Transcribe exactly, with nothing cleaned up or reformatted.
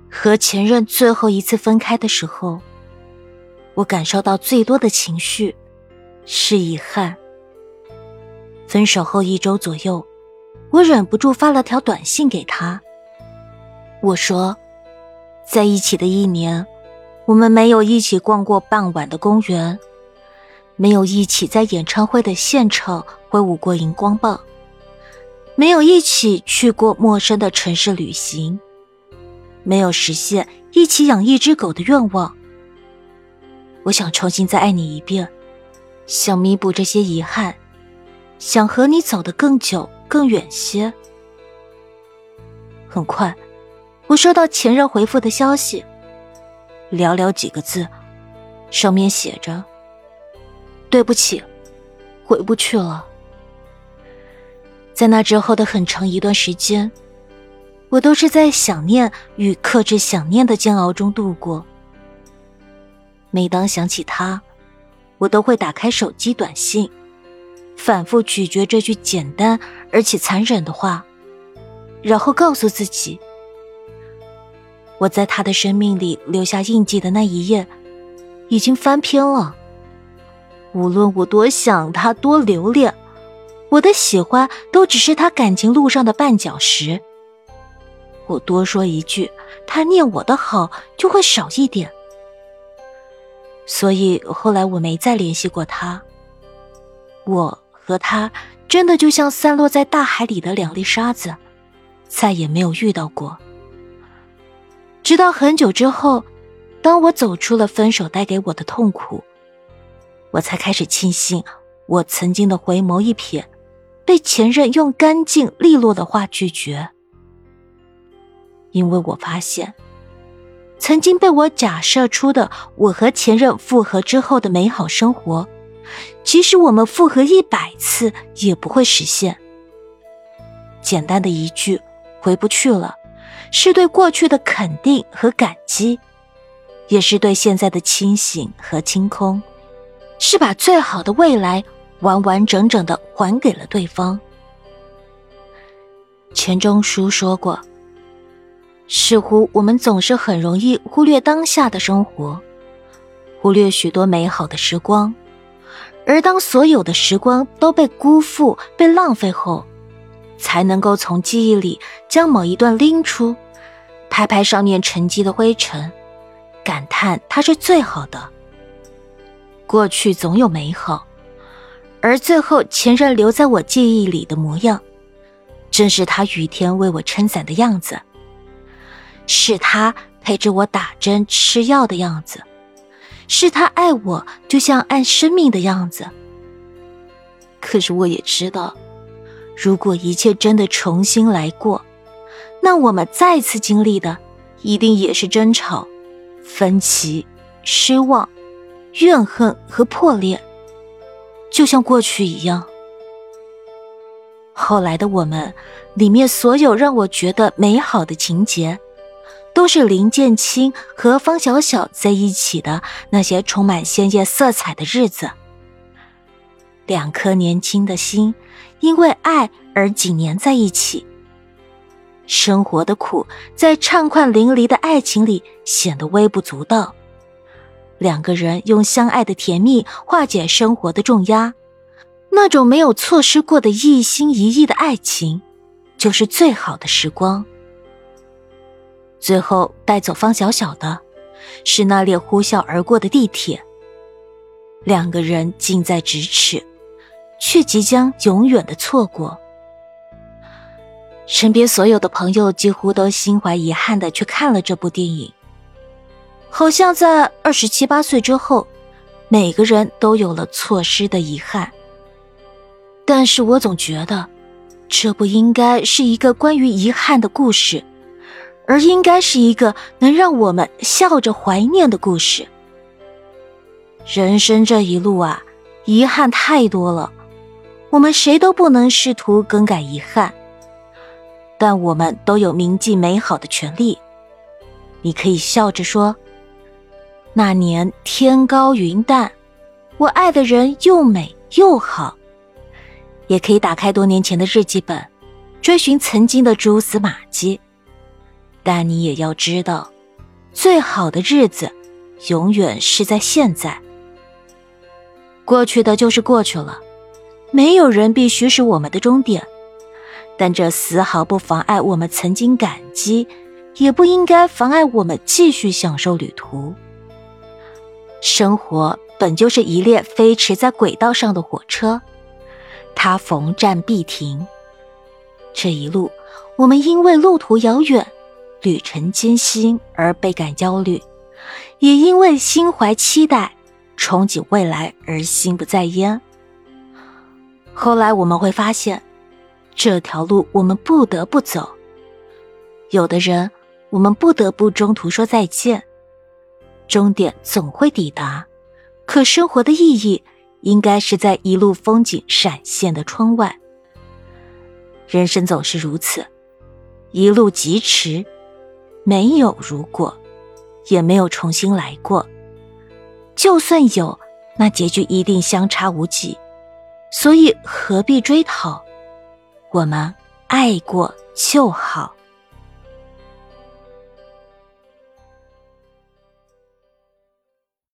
和前任最后一次分开的时候，我感受到最多的情绪是遗憾。分手后一周左右，我忍不住发了条短信给他。我说，在一起的一年，我们没有一起逛过傍晚的公园，没有一起在演唱会的现场挥舞过荧光棒，没有一起去过陌生的城市旅行，没有实现一起养一只狗的愿望。我想重新再爱你一遍，想弥补这些遗憾，想和你走得更久更远些。很快，我收到前任回复的消息，寥寥几个字，上面写着：对不起，回不去了。在那之后的很长一段时间，我都是在想念与克制想念的煎熬中度过。每当想起他，我都会打开手机短信，反复咀嚼这句简单而且残忍的话，然后告诉自己，我在他的生命里留下印记的那一页已经翻篇了。无论我多想他，多留恋，我的喜欢都只是他感情路上的绊脚石。我多说一句，他念我的好就会少一点。所以后来我没再联系过他。我和他真的就像散落在大海里的两粒沙子，再也没有遇到过。直到很久之后，当我走出了分手带给我的痛苦，我才开始庆幸我曾经的回眸一瞥被前任用干净利落的话拒绝。因为我发现，曾经被我假设出的我和前任复合之后的美好生活，即使我们复合一百次也不会实现。简单的一句回不去了，是对过去的肯定和感激，也是对现在的清醒和清空，是把最好的未来完完整整地还给了对方。钱钟书说过，似乎我们总是很容易忽略当下的生活，忽略许多美好的时光，而当所有的时光都被辜负、被浪费后，才能够从记忆里将某一段拎出，拍拍上面沉积的灰尘，感叹它是最好的。过去总有美好，而最后前任留在我记忆里的模样，正是他雨天为我撑伞的样子，是他陪着我打针吃药的样子，是他爱我就像爱生命的样子。可是我也知道，如果一切真的重新来过，那我们再次经历的一定也是争吵、分歧、失望、怨恨和破裂，就像过去一样。后来的我们里面所有让我觉得美好的情节，都是林建清和方小小在一起的那些充满鲜艳色彩的日子。两颗年轻的心因为爱而紧粘在一起，生活的苦在畅快淋漓的爱情里显得微不足道。两个人用相爱的甜蜜化解生活的重压，那种没有错失过的一心一意的爱情，就是最好的时光。最后带走方小小的是那列呼啸而过的地铁，两个人近在咫尺，却即将永远的错过。身边所有的朋友几乎都心怀遗憾地去看了这部电影，好像在二十七八岁之后，每个人都有了错失的遗憾。但是我总觉得，这不应该是一个关于遗憾的故事，而应该是一个能让我们笑着怀念的故事。人生这一路啊，遗憾太多了，我们谁都不能试图更改遗憾，但我们都有铭记美好的权利。你可以笑着说，那年天高云淡，我爱的人又美又好。也可以打开多年前的日记本，追寻曾经的蛛丝马迹，但你也要知道， 最好的日子永远是在现在。过去的就是过去了，没有人必须是我们的终点，但这丝毫不妨碍我们曾经感激，也不应该妨碍我们继续享受旅途。生活本就是一列飞驰在轨道上的火车，它逢站必停。这一路，我们因为路途遥远，旅程艰辛而倍感焦虑，也因为心怀期待，憧憬未来而心不在焉。后来我们会发现，这条路我们不得不走，有的人我们不得不中途说再见。终点总会抵达，可生活的意义应该是在一路风景闪现的窗外。人生总是如此，一路疾驰，没有如果，也没有重新来过。就算有，那结局一定相差无几，所以何必追讨？我们爱过就好。